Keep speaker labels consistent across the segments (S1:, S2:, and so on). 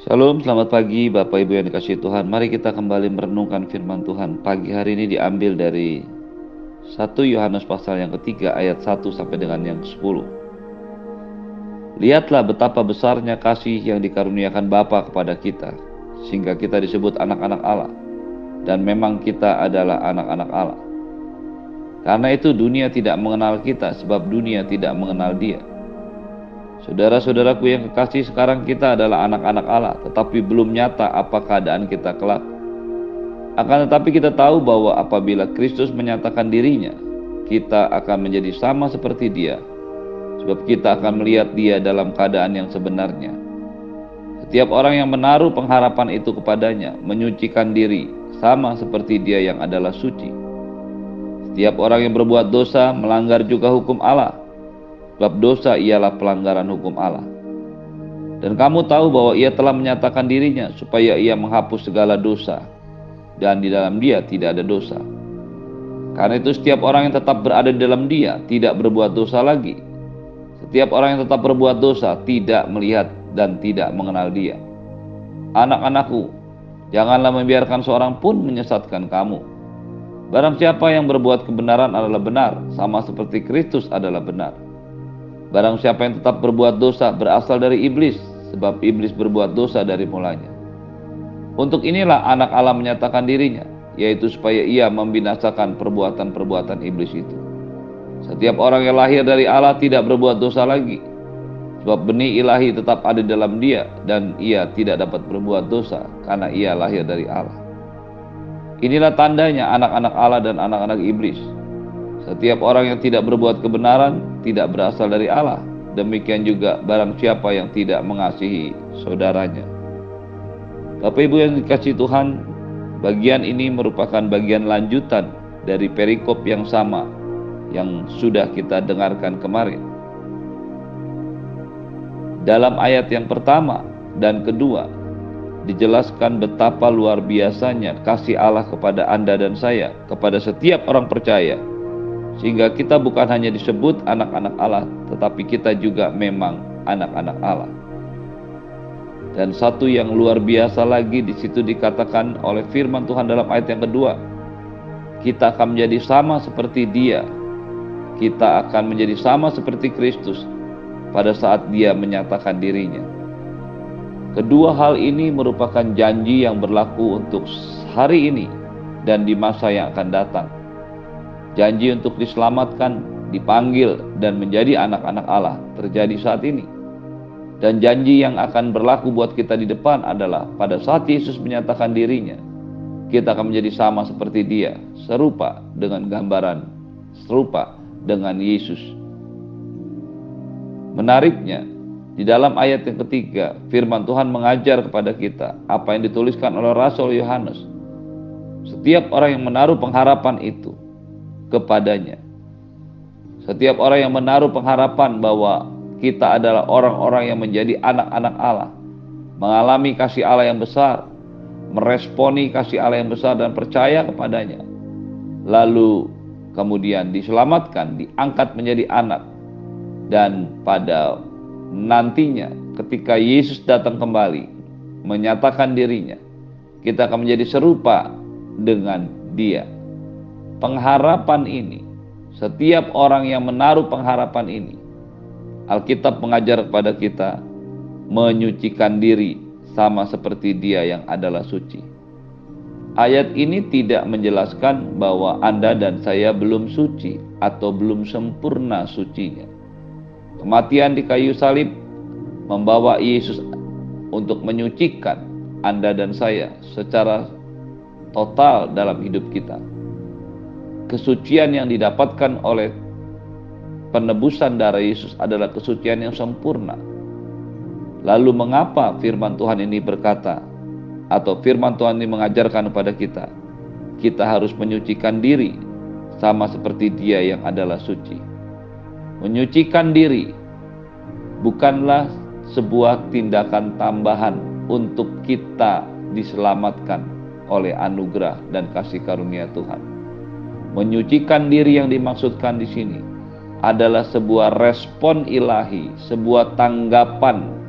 S1: Shalom, selamat pagi Bapak Ibu yang dikasihi Tuhan. Mari kita kembali merenungkan firman Tuhan. Pagi hari ini diambil dari 1 Yohanes pasal yang ketiga ayat 1 sampai dengan yang 10. Lihatlah betapa besarnya kasih yang dikaruniakan Bapa kepada kita, sehingga kita disebut anak-anak Allah. Dan memang kita adalah anak-anak Allah. Karena itu dunia tidak mengenal kita, sebab dunia tidak mengenal Dia. Saudara-saudaraku yang kekasih, sekarang kita adalah anak-anak Allah, tetapi belum nyata apa keadaan kita kelak. Akan tetapi kita tahu bahwa apabila Kristus menyatakan dirinya, kita akan menjadi sama seperti Dia, sebab kita akan melihat Dia dalam keadaan yang sebenarnya. Setiap orang yang menaruh pengharapan itu kepadanya, menyucikan diri, sama seperti Dia yang adalah suci. Setiap orang yang berbuat dosa, melanggar juga hukum Allah, sebab dosa ialah pelanggaran hukum Allah. Dan kamu tahu bahwa Ia telah menyatakan dirinya supaya Ia menghapus segala dosa, dan di dalam Dia tidak ada dosa. Karena itu setiap orang yang tetap berada di dalam Dia tidak berbuat dosa lagi. Setiap orang yang tetap berbuat dosa tidak melihat dan tidak mengenal Dia. Anak-anakku, janganlah membiarkan seorang pun menyesatkan kamu. Barang siapa yang berbuat kebenaran adalah benar, sama seperti Kristus adalah benar. Barang siapa yang tetap berbuat dosa berasal dari iblis, sebab iblis berbuat dosa dari mulanya. Untuk inilah anak Allah menyatakan dirinya, yaitu supaya ia membinasakan perbuatan-perbuatan iblis itu. Setiap orang yang lahir dari Allah tidak berbuat dosa lagi, sebab benih ilahi tetap ada dalam dia, dan ia tidak dapat berbuat dosa karena ia lahir dari Allah. Inilah tandanya anak-anak Allah dan anak-anak iblis. Setiap orang yang tidak berbuat kebenaran tidak berasal dari Allah. Demikian juga barang siapa yang tidak mengasihi saudaranya. Bapak Ibu yang dikasihi Tuhan, bagian ini merupakan bagian lanjutan dari perikop yang sama yang sudah kita dengarkan kemarin. Dalam ayat yang pertama dan kedua, dijelaskan betapa luar biasanya kasih Allah kepada Anda dan saya, kepada setiap orang percaya, sehingga kita bukan hanya disebut anak-anak Allah, tetapi kita juga memang anak-anak Allah. Dan satu yang luar biasa lagi di situ dikatakan oleh firman Tuhan dalam ayat yang kedua, kita akan menjadi sama seperti Dia. Kita akan menjadi sama seperti Kristus pada saat Dia menyatakan dirinya. Kedua hal ini merupakan janji yang berlaku untuk hari ini dan di masa yang akan datang. Janji untuk diselamatkan, dipanggil, dan menjadi anak-anak Allah terjadi saat ini. Dan janji yang akan berlaku buat kita di depan adalah pada saat Yesus menyatakan dirinya, kita akan menjadi sama seperti Dia, serupa dengan gambaran, serupa dengan Yesus. Menariknya, di dalam ayat yang ketiga, firman Tuhan mengajar kepada kita apa yang dituliskan oleh Rasul Yohanes. Setiap orang yang menaruh pengharapan itu kepadanya. Setiap orang yang menaruh pengharapan bahwa kita adalah orang-orang yang menjadi anak-anak Allah, mengalami kasih Allah yang besar, meresponi kasih Allah yang besar dan percaya kepadanya, lalu kemudian diselamatkan, diangkat menjadi anak, dan pada nantinya ketika Yesus datang kembali menyatakan dirinya, kita akan menjadi serupa dengan Dia. Pengharapan ini, setiap orang yang menaruh pengharapan ini, Alkitab mengajar kepada kita menyucikan diri sama seperti Dia yang adalah suci. Ayat ini tidak menjelaskan bahwa Anda dan saya belum suci atau belum sempurna sucinya. Kematian di kayu salib membawa Yesus untuk menyucikan Anda dan saya secara total dalam hidup kita. Kesucian yang didapatkan oleh penebusan darah Yesus adalah kesucian yang sempurna. Lalu mengapa firman Tuhan ini berkata, atau firman Tuhan ini mengajarkan kepada kita, kita harus menyucikan diri sama seperti Dia yang adalah suci. Menyucikan diri bukanlah sebuah tindakan tambahan untuk kita diselamatkan oleh anugerah dan kasih karunia Tuhan. Menyucikan diri yang dimaksudkan di sini adalah sebuah respon ilahi, sebuah tanggapan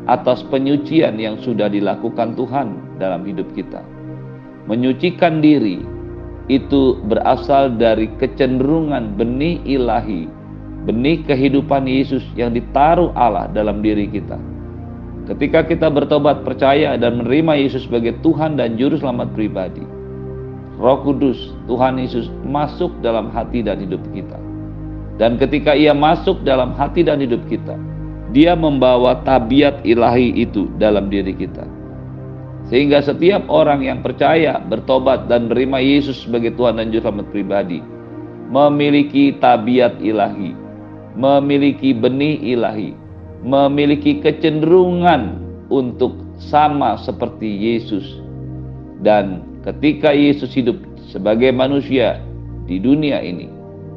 S1: atas penyucian yang sudah dilakukan Tuhan dalam hidup kita. Menyucikan diri itu berasal dari kecenderungan benih ilahi, benih kehidupan Yesus yang ditaruh Allah dalam diri kita. Ketika kita bertobat, percaya dan menerima Yesus sebagai Tuhan dan Juru Selamat pribadi, Roh Kudus, Tuhan Yesus masuk dalam hati dan hidup kita. Dan ketika Ia masuk dalam hati dan hidup kita, Dia membawa tabiat ilahi itu dalam diri kita. Sehingga setiap orang yang percaya, bertobat dan menerima Yesus sebagai Tuhan dan Juru Selamat pribadi, memiliki tabiat ilahi, memiliki benih ilahi, memiliki kecenderungan untuk sama seperti Yesus. Dan ketika Yesus hidup sebagai manusia di dunia ini,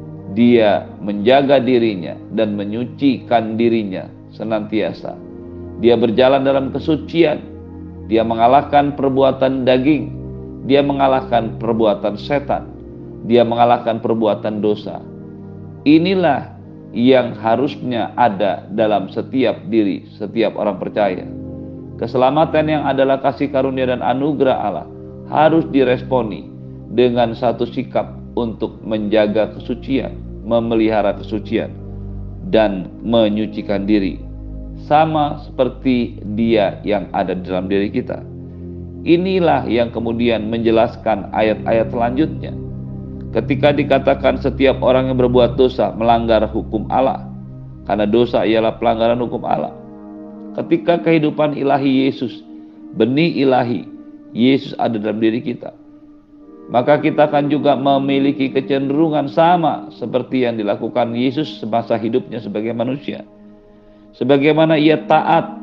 S1: Dia menjaga dirinya dan menyucikan dirinya senantiasa. Dia berjalan dalam kesucian. Dia mengalahkan perbuatan daging. Dia mengalahkan perbuatan setan. Dia mengalahkan perbuatan dosa. Inilah yang harusnya ada dalam setiap diri, setiap orang percaya. Keselamatan yang adalah kasih karunia dan anugerah Allah harus diresponi dengan satu sikap untuk menjaga kesucian, memelihara kesucian, dan menyucikan diri, sama seperti Dia yang ada di dalam diri kita. Inilah yang kemudian menjelaskan ayat-ayat selanjutnya. Ketika dikatakan setiap orang yang berbuat dosa melanggar hukum Allah, karena dosa ialah pelanggaran hukum Allah. Ketika kehidupan ilahi Yesus, benih ilahi Yesus ada dalam diri kita, maka kita akan juga memiliki kecenderungan sama seperti yang dilakukan Yesus semasa hidupnya sebagai manusia. Sebagaimana Ia taat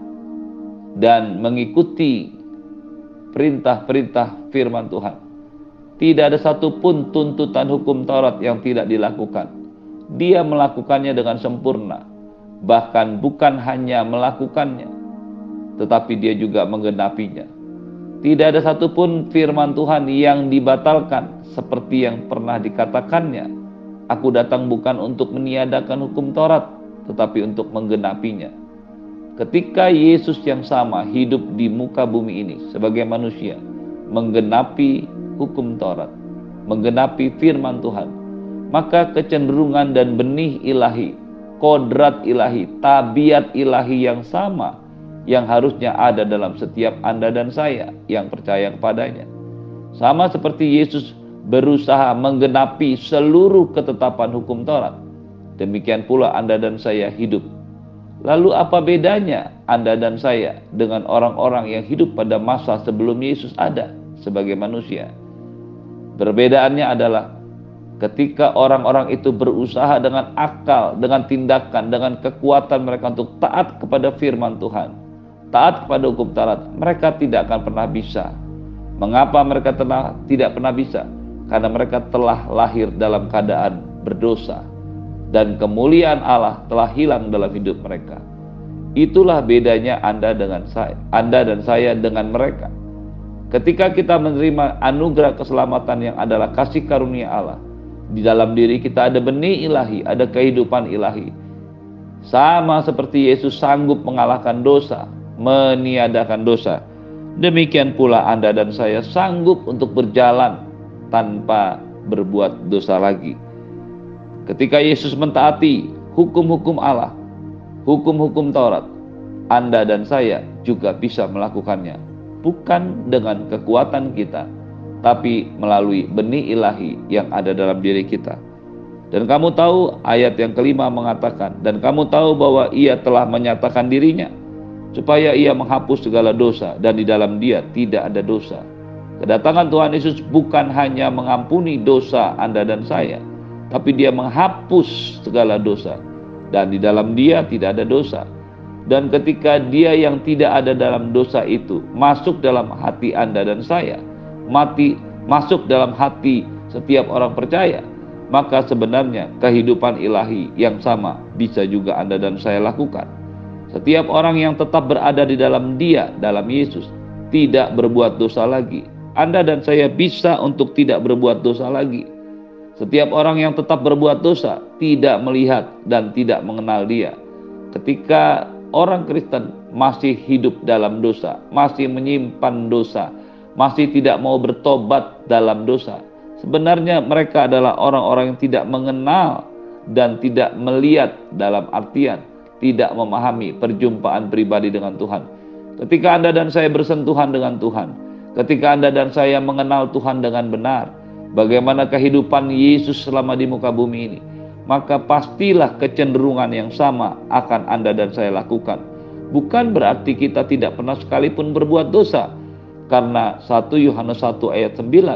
S1: dan mengikuti perintah-perintah firman Tuhan. Tidak ada satupun tuntutan hukum Taurat yang tidak dilakukan. Dia melakukannya dengan sempurna. Bahkan bukan hanya melakukannya, tetapi Dia juga menggenapinya. Tidak ada satupun firman Tuhan yang dibatalkan seperti yang pernah dikatakannya. Aku datang bukan untuk meniadakan hukum Taurat, tetapi untuk menggenapinya. Ketika Yesus yang sama hidup di muka bumi ini sebagai manusia, menggenapi hukum Taurat, menggenapi firman Tuhan, maka kecenderungan dan benih ilahi, kodrat ilahi, tabiat ilahi yang sama yang harusnya ada dalam setiap Anda dan saya yang percaya kepadanya. Sama seperti Yesus berusaha menggenapi seluruh ketetapan hukum Taurat, demikian pula Anda dan saya hidup. Lalu apa bedanya Anda dan saya dengan orang-orang yang hidup pada masa sebelum Yesus ada sebagai manusia? Perbedaannya adalah ketika orang-orang itu berusaha dengan akal, dengan tindakan, dengan kekuatan mereka untuk taat kepada firman Tuhan, taat kepada hukum Taurat, mereka tidak akan pernah bisa. Mengapa mereka tidak pernah bisa? Karena mereka telah lahir dalam keadaan berdosa, dan kemuliaan Allah telah hilang dalam hidup mereka. Itulah bedanya Anda dan saya dengan mereka. Ketika kita menerima anugerah keselamatan yang adalah kasih karunia Allah, di dalam diri kita ada benih ilahi, ada kehidupan ilahi. Sama seperti Yesus sanggup mengalahkan dosa, meniadakan dosa, demikian pula Anda dan saya sanggup untuk berjalan tanpa berbuat dosa lagi. Ketika Yesus mentaati hukum-hukum Allah, hukum-hukum Taurat, Anda dan saya juga bisa melakukannya. Bukan dengan kekuatan kita, tapi melalui benih ilahi yang ada dalam diri kita. Dan kamu tahu ayat yang kelima mengatakan, dan kamu tahu bahwa Ia telah menyatakan dirinya, supaya Ia menghapus segala dosa, dan di dalam Dia tidak ada dosa. Kedatangan Tuhan Yesus bukan hanya mengampuni dosa Anda dan saya, tapi Dia menghapus segala dosa, dan di dalam Dia tidak ada dosa. Dan ketika Dia yang tidak ada dalam dosa itu masuk dalam hati Anda dan saya, masuk dalam hati setiap orang percaya, maka sebenarnya kehidupan ilahi yang sama bisa juga Anda dan saya lakukan. Setiap orang yang tetap berada di dalam Dia, dalam Yesus, tidak berbuat dosa lagi. Anda dan saya bisa untuk tidak berbuat dosa lagi. Setiap orang yang tetap berbuat dosa tidak melihat dan tidak mengenal Dia. Ketika orang Kristen masih hidup dalam dosa, masih menyimpan dosa, masih tidak mau bertobat dalam dosa. Sebenarnya mereka adalah orang-orang yang tidak mengenal dan tidak melihat, dalam artian tidak memahami perjumpaan pribadi dengan Tuhan. Ketika Anda dan saya bersentuhan dengan Tuhan, ketika Anda dan saya mengenal Tuhan dengan benar, bagaimana kehidupan Yesus selama di muka bumi ini, maka pastilah kecenderungan yang sama akan Anda dan saya lakukan. Bukan berarti kita tidak pernah sekalipun berbuat dosa, karena 1 Yohanes 1 ayat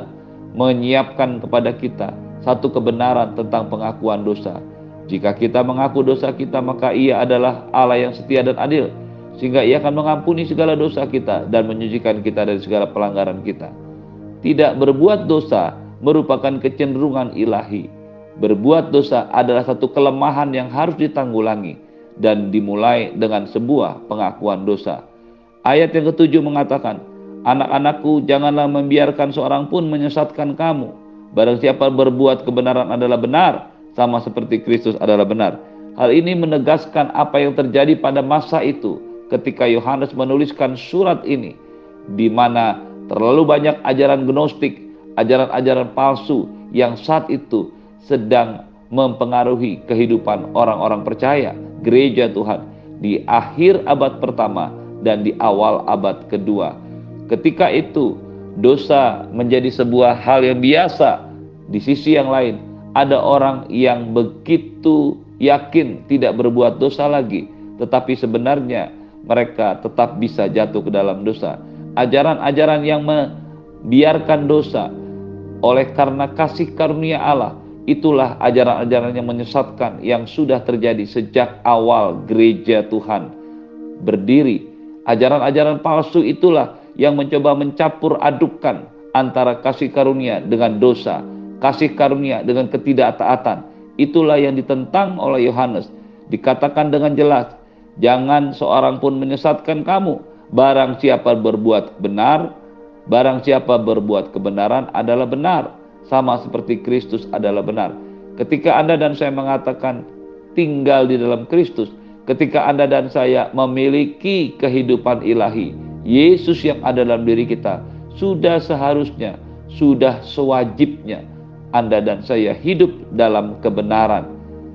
S1: 9 menyiapkan kepada kita satu kebenaran tentang pengakuan dosa. Jika kita mengaku dosa kita, maka Ia adalah Allah yang setia dan adil, sehingga Ia akan mengampuni segala dosa kita dan menyucikan kita dari segala pelanggaran kita. Tidak berbuat dosa merupakan kecenderungan ilahi. Berbuat dosa adalah satu kelemahan yang harus ditanggulangi dan dimulai dengan sebuah pengakuan dosa. Ayat yang ke-7 mengatakan, "Anak-anakku, janganlah membiarkan seorang pun menyesatkan kamu. Barang siapa berbuat kebenaran adalah benar, sama seperti Kristus adalah benar." Hal ini menegaskan apa yang terjadi pada masa itu ketika Yohanes menuliskan surat ini, di mana terlalu banyak ajaran gnostik, ajaran-ajaran palsu yang saat itu sedang mempengaruhi kehidupan orang-orang percaya, gereja Tuhan, di akhir abad pertama dan di awal abad kedua. Ketika itu dosa menjadi sebuah hal yang biasa. Di sisi yang lain, ada orang yang begitu yakin tidak berbuat dosa lagi, tetapi sebenarnya mereka tetap bisa jatuh ke dalam dosa. Ajaran-ajaran yang membiarkan dosa oleh karena kasih karunia Allah, itulah ajaran-ajaran yang menyesatkan yang sudah terjadi sejak awal gereja Tuhan berdiri. Ajaran-ajaran palsu itulah yang mencoba mencampur adukkan antara kasih karunia dengan dosa, kasih karunia dengan ketidaktaatan. Itulah yang ditentang oleh Yohanes. Dikatakan dengan jelas, jangan seorang pun menyesatkan kamu. Barang siapa berbuat benar, barang siapa berbuat kebenaran adalah benar, sama seperti Kristus adalah benar. Ketika Anda dan saya mengatakan tinggal di dalam Kristus, ketika Anda dan saya memiliki kehidupan ilahi, Yesus yang ada dalam diri kita, sudah seharusnya, sudah sewajibnya Anda dan saya hidup dalam kebenaran.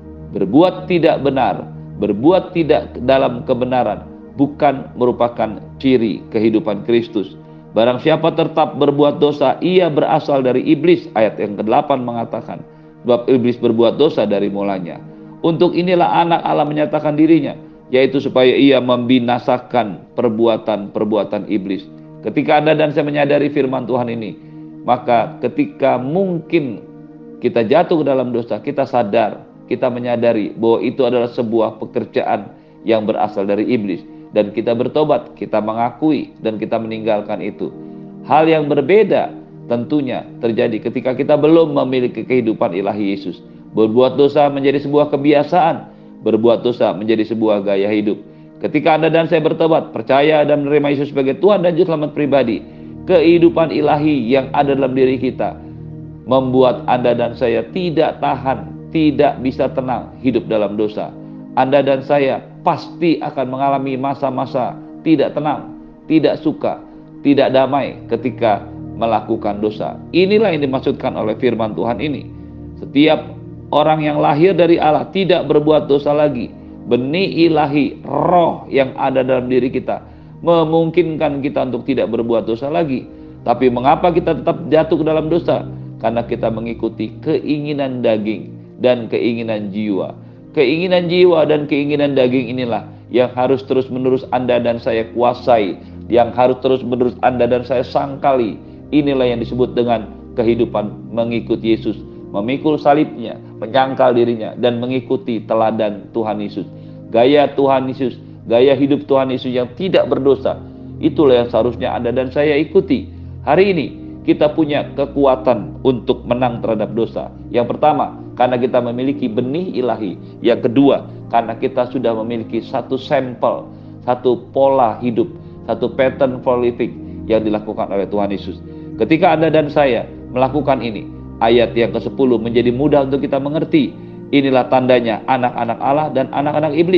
S1: Berbuat tidak benar, berbuat tidak dalam kebenaran bukan merupakan ciri kehidupan Kristus. Barang siapa tetap berbuat dosa, ia berasal dari iblis. Ayat yang ke-8 mengatakan, sebab iblis berbuat dosa dari mulanya. Untuk inilah anak Allah menyatakan dirinya, yaitu supaya ia membinasakan perbuatan-perbuatan iblis. Ketika Anda dan saya menyadari firman Tuhan ini, maka ketika mungkin kita jatuh ke dalam dosa, kita sadar, kita menyadari bahwa itu adalah sebuah pekerjaan yang berasal dari iblis. Dan kita bertobat, kita mengakui, dan kita meninggalkan itu. Hal yang berbeda tentunya terjadi ketika kita belum memiliki kehidupan ilahi Yesus. Berbuat dosa menjadi sebuah kebiasaan, berbuat dosa menjadi sebuah gaya hidup. Ketika Anda dan saya bertobat, percaya dan menerima Yesus sebagai Tuhan dan Juru Selamat pribadi, kehidupan ilahi yang ada dalam diri kita membuat Anda dan saya tidak tahan, tidak bisa tenang hidup dalam dosa. Anda dan saya pasti akan mengalami masa-masa tidak tenang, tidak suka, tidak damai ketika melakukan dosa. Inilah yang dimaksudkan oleh firman Tuhan ini. Setiap orang yang lahir dari Allah tidak berbuat dosa lagi. Benih ilahi, roh yang ada dalam diri kita memungkinkan kita untuk tidak berbuat dosa lagi. Tapi mengapa kita tetap jatuh ke dalam dosa? Karena kita mengikuti keinginan daging dan keinginan jiwa. Keinginan jiwa dan keinginan daging inilah yang harus terus-menerus Anda dan saya kuasai, yang harus terus-menerus Anda dan saya sangkali. Inilah yang disebut dengan kehidupan mengikut Yesus, memikul salibnya, menyangkal dirinya, dan mengikuti teladan Tuhan Yesus. Gaya Tuhan Yesus, gaya hidup Tuhan Yesus yang tidak berdosa, itulah yang seharusnya Anda dan saya ikuti. Hari ini kita punya kekuatan untuk menang terhadap dosa. Yang pertama, karena kita memiliki benih ilahi. Yang kedua, karena kita sudah memiliki satu sampel, satu pola hidup, satu pattern for living yang dilakukan oleh Tuhan Yesus. Ketika Anda dan saya melakukan ini, ayat yang ke-10 menjadi mudah untuk kita mengerti. Inilah tandanya anak-anak Allah dan anak-anak iblis.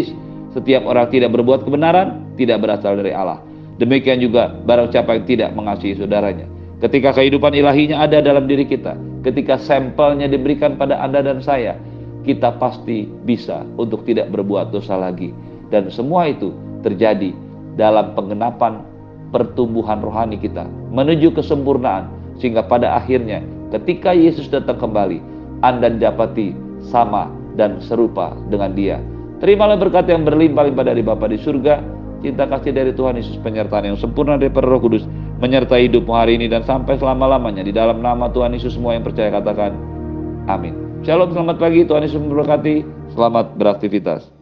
S1: Setiap orang tidak berbuat kebenaran tidak berasal dari Allah. Demikian juga barang siapa yang tidak mengasihi saudaranya. Ketika kehidupan ilahinya ada dalam diri kita, ketika sampelnya diberikan pada Anda dan saya, kita pasti bisa untuk tidak berbuat dosa lagi. Dan semua itu terjadi dalam penggenapan pertumbuhan rohani kita menuju kesempurnaan, sehingga pada akhirnya ketika Yesus datang kembali, Anda didapati sama dan serupa dengan Dia. Terimalah berkat yang berlimpah-limpah dari Bapa di surga, cinta kasih dari Tuhan Yesus, penyertaan yang sempurna dari Roh Kudus menyertai hidupmu hari ini dan sampai selama-lamanya. Di dalam nama Tuhan Yesus semua yang percaya katakan amin. Shalom, selamat pagi, Tuhan Yesus memberkati. Selamat beraktivitas.